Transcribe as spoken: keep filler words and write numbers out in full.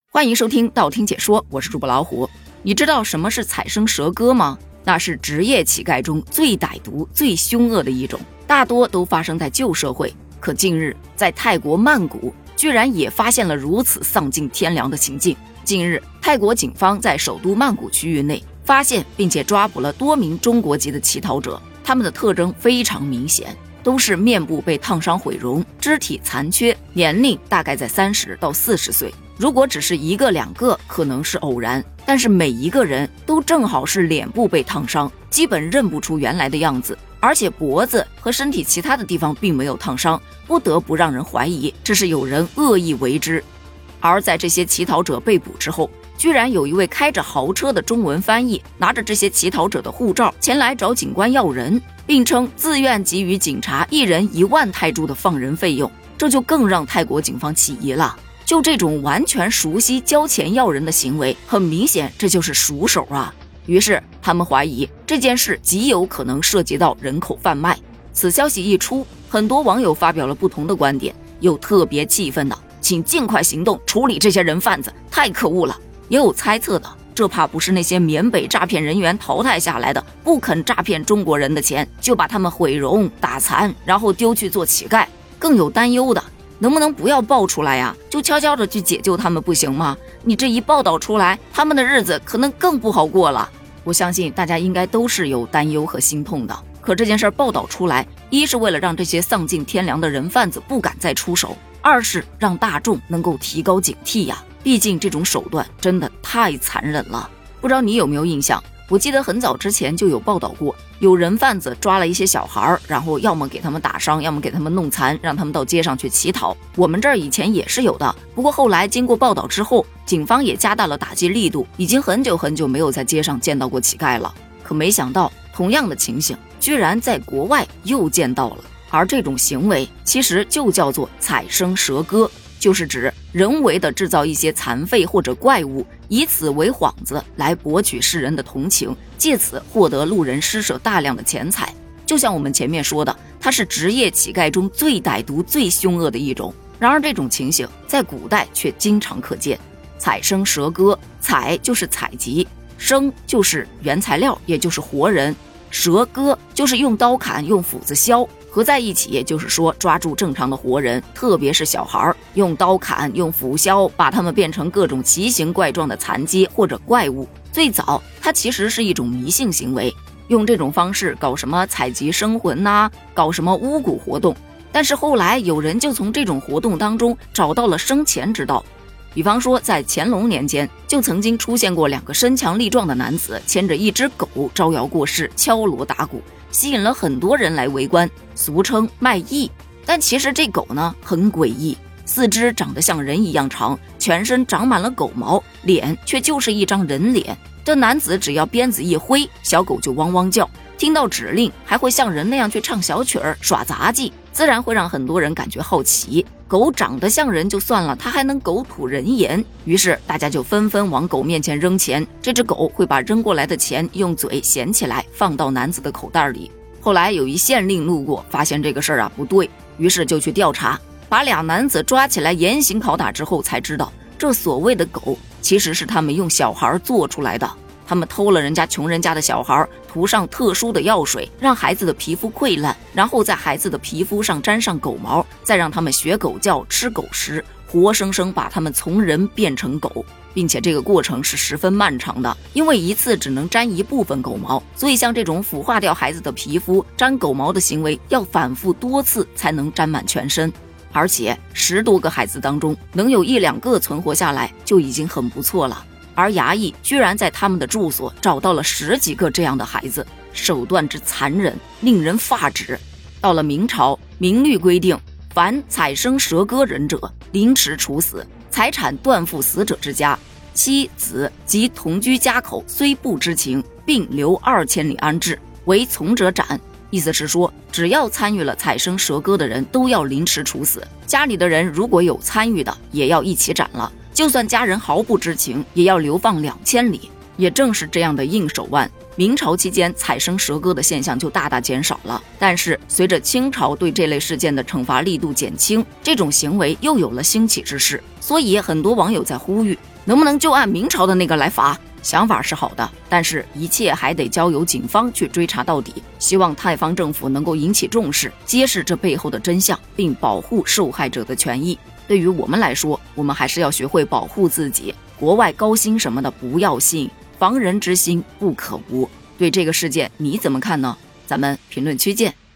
欢迎收听道听解说，我是主播老虎。你知道什么是采生蛇割吗？那是职业乞丐中最歹毒、最凶恶的一种，大多都发生在旧社会。可近日，在泰国曼谷，居然也发现了如此丧尽天良的情境。近日，泰国警方在首都曼谷区域内发现并且抓捕了多名中国籍的乞讨者，他们的特征非常明显，都是面部被烫伤毁容，肢体残缺，年龄大概在三十到四十岁。如果只是一个两个可能是偶然，但是每一个人都正好是脸部被烫伤，基本认不出原来的样子，而且脖子和身体其他的地方并没有烫伤，不得不让人怀疑这是有人恶意为之。而在这些乞讨者被捕之后，居然有一位开着豪车的中文翻译拿着这些乞讨者的护照前来找警官要人，并称自愿给予警察一人一万泰铢的放人费用，这就更让泰国警方起疑了。就这种完全熟悉交钱要人的行为，很明显这就是熟手啊。于是他们怀疑这件事极有可能涉及到人口贩卖。此消息一出，很多网友发表了不同的观点，有特别气愤的，请尽快行动处理这些人贩子，太可恶了。也有猜测的，这怕不是那些缅北诈骗人员淘汰下来的，不肯诈骗中国人的钱，就把他们毁容打残，然后丢去做乞丐。更有担忧的，能不能不要爆出来呀、啊？就悄悄的去解救他们不行吗？你这一报道出来，他们的日子可能更不好过了。我相信大家应该都是有担忧和心痛的。可这件事报道出来，一是为了让这些丧尽天良的人贩子不敢再出手，二是让大众能够提高警惕呀。毕竟这种手段真的太残忍了。不知道你有没有印象？我记得很早之前就有报道过，有人贩子抓了一些小孩，然后要么给他们打伤，要么给他们弄残，让他们到街上去乞讨。我们这儿以前也是有的，不过后来经过报道之后，警方也加大了打击力度，已经很久很久没有在街上见到过乞丐了。可没想到，同样的情形居然在国外又见到了，而这种行为其实就叫做采生蛇割，就是指人为的制造一些残废或者怪物，以此为幌子来博取世人的同情，借此获得路人施舍大量的钱财。就像我们前面说的，它是职业乞丐中最歹毒、最凶恶的一种。然而这种情形在古代却经常可见。采生蛇割，采就是采集，生就是原材料，也就是活人，蛇割就是用刀砍、用斧子削，合在一起，也就是说抓住正常的活人，特别是小孩，用刀砍用斧削，把他们变成各种奇形怪状的残疾或者怪物。最早它其实是一种迷信行为，用这种方式搞什么采集生魂啊，搞什么巫蛊活动。但是后来有人就从这种活动当中找到了生钱之道。比方说在乾隆年间，就曾经出现过两个身强力壮的男子牵着一只狗招摇过市，敲锣打鼓，吸引了很多人来围观，俗称卖艺。但其实这狗呢很诡异，四肢长得像人一样长，全身长满了狗毛，脸却就是一张人脸。这男子只要鞭子一挥，小狗就汪汪叫，听到指令还会像人那样去唱小曲儿、耍杂技，自然会让很多人感觉好奇。狗长得像人就算了，它还能狗吐人言，于是大家就纷纷往狗面前扔钱，这只狗会把扔过来的钱用嘴衔起来放到男子的口袋里。后来有一县令路过，发现这个事儿啊不对，于是就去调查，把俩男子抓起来严刑拷打之后，才知道这所谓的狗其实是他们用小孩做出来的。他们偷了人家穷人家的小孩，涂上特殊的药水，让孩子的皮肤溃烂，然后在孩子的皮肤上沾上狗毛，再让他们学狗叫、吃狗食，活生生把他们从人变成狗。并且这个过程是十分漫长的，因为一次只能沾一部分狗毛，所以像这种腐化掉孩子的皮肤、沾狗毛的行为要反复多次才能沾满全身。而且十多个孩子当中能有一两个存活下来就已经很不错了。而衙役居然在他们的住所找到了十几个这样的孩子，手段之残忍令人发指。到了明朝，明律规定，凡采生蛇割人者，凌迟处死，财产断付死者之家，妻子及同居家口虽不知情，并留二千里安置，为从者斩。意思是说，只要参与了采生蛇割的人都要凌迟处死，家里的人如果有参与的也要一起斩了，就算家人毫不知情也要流放两千里。也正是这样的硬手腕，明朝期间采生蛇割的现象就大大减少了。但是随着清朝对这类事件的惩罚力度减轻，这种行为又有了兴起之势， 所以很多网友在呼吁，能不能就按明朝的那个来罚？想法是好的，但是一切还得交由警方去追查到底。希望太方政府能够引起重视，揭示这背后的真相，并保护受害者的权益。对于我们来说，我们还是要学会保护自己，国外高薪什么的不要信，防人之心不可无。对这个事件你怎么看呢？咱们评论区见。